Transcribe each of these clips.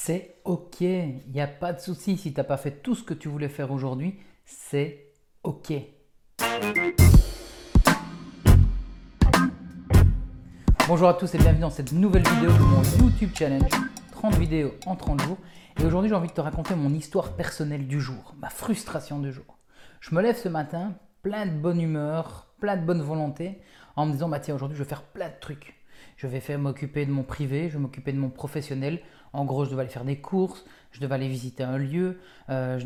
C'est ok, il n'y a pas de souci si tu n'as pas fait tout ce que tu voulais faire aujourd'hui, c'est ok. Bonjour à tous et bienvenue dans cette nouvelle vidéo de mon YouTube Challenge, 30 vidéos en 30 jours. Et aujourd'hui j'ai envie de te raconter mon histoire personnelle du jour, ma frustration du jour. Je me lève ce matin, plein de bonne humeur, plein de bonne volonté, en me disant bah tiens aujourd'hui je vais faire plein de trucs. Je vais m'occuper de mon privé, je vais m'occuper de mon professionnel. En gros, je devais aller faire des courses, je devais aller visiter un lieu, je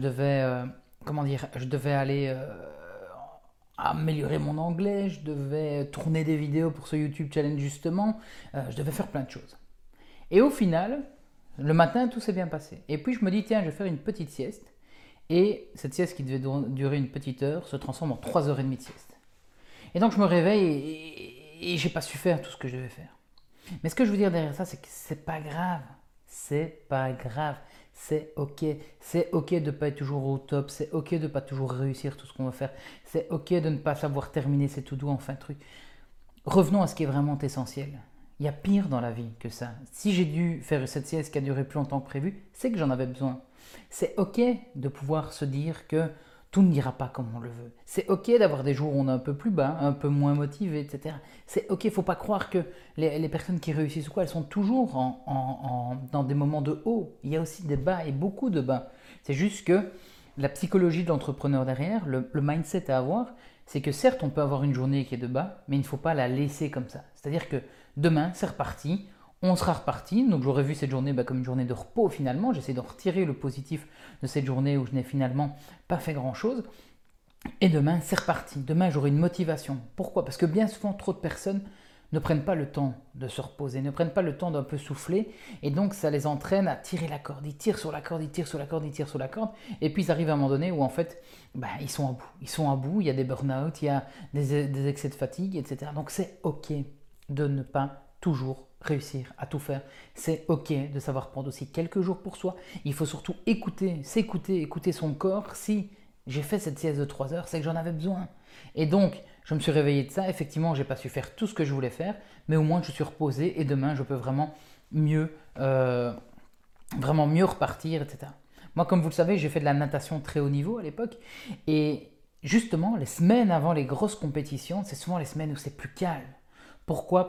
devais aller améliorer mon anglais, je devais tourner des vidéos pour ce YouTube Challenge justement, je devais faire plein de choses. Et au final, le matin, tout s'est bien passé. Et puis je me dis, tiens, je vais faire une petite sieste. Et cette sieste qui devait durer une petite heure se transforme en 3h30 de sieste. Et donc je me réveille et j'ai pas su faire tout ce que je devais faire. Mais ce que je veux dire derrière ça, c'est que c'est pas grave. C'est pas grave. C'est ok. C'est ok de ne pas être toujours au top. C'est ok de ne pas toujours réussir tout ce qu'on veut faire. C'est ok de ne pas savoir terminer ses to-do en fin de truc. Revenons à ce qui est vraiment essentiel. Il y a pire dans la vie que ça. Si j'ai dû faire cette sieste qui a duré plus longtemps que prévu, c'est que j'en avais besoin. C'est ok de pouvoir se dire que tout n'ira pas comme on le veut. C'est ok d'avoir des jours où on est un peu plus bas, un peu moins motivé, etc. C'est ok, il ne faut pas croire que les personnes qui réussissent ou quoi, elles sont toujours dans des moments de haut. Il y a aussi des bas et beaucoup de bas. C'est juste que la psychologie de l'entrepreneur derrière, le mindset à avoir, c'est que certes on peut avoir une journée qui est de bas, mais il ne faut pas la laisser comme ça. C'est-à-dire que demain c'est reparti, on sera reparti, donc j'aurais vu cette journée comme une journée de repos finalement, j'essaie de retirer le positif de cette journée où je n'ai finalement pas fait grand chose, et demain c'est reparti, demain j'aurai une motivation. Pourquoi ? Parce que bien souvent trop de personnes ne prennent pas le temps de se reposer, ne prennent pas le temps d'un peu souffler, et donc ça les entraîne à tirer la corde, ils tirent sur la corde, ils tirent sur la corde, ils tirent sur la corde, et puis ils arrivent à un moment donné où en fait ils sont à bout, il y a des burn-out, il y a des excès de fatigue, etc. Donc c'est ok de ne pas toujours réussir à tout faire. C'est ok de savoir prendre aussi quelques jours pour soi. Il faut surtout s'écouter, écouter son corps. Si j'ai fait cette sieste de 3 heures, c'est que j'en avais besoin. Et donc, je me suis réveillé de ça. Effectivement, je n'ai pas su faire tout ce que je voulais faire, mais au moins je suis reposé et demain, je peux vraiment mieux repartir, etc. Moi, comme vous le savez, j'ai fait de la natation très haut niveau à l'époque. Et justement, les semaines avant les grosses compétitions, c'est souvent les semaines où c'est plus calme. Pourquoi ?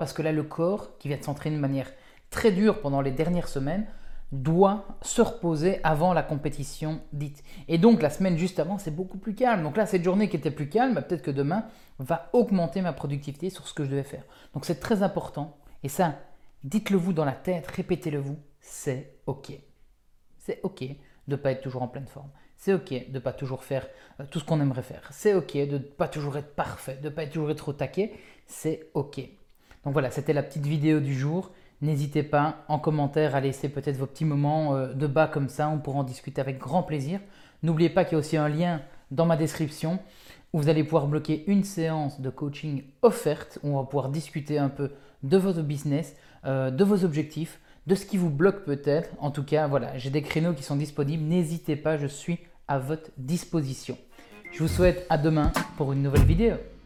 Parce que là, le corps, qui vient de s'entraîner de manière très dure pendant les dernières semaines, doit se reposer avant la compétition dite. Et donc, la semaine juste avant, c'est beaucoup plus calme. Donc là, cette journée qui était plus calme, peut-être que demain va augmenter ma productivité sur ce que je devais faire. Donc, c'est très important. Et ça, dites-le vous dans la tête, répétez-le vous, c'est ok. C'est ok de ne pas être toujours en pleine forme. C'est ok de ne pas toujours faire tout ce qu'on aimerait faire. C'est ok de ne pas toujours être parfait, de ne pas toujours être au taquet. C'est ok. Donc voilà, c'était la petite vidéo du jour. N'hésitez pas en commentaire à laisser peut-être vos petits moments de bas comme ça. On pourra en discuter avec grand plaisir. N'oubliez pas qu'il y a aussi un lien dans ma description où vous allez pouvoir bloquer une séance de coaching offerte où on va pouvoir discuter un peu de votre business, de vos objectifs, de ce qui vous bloque peut-être. En tout cas, voilà, j'ai des créneaux qui sont disponibles. N'hésitez pas, je suis à votre disposition. Je vous souhaite à demain pour une nouvelle vidéo.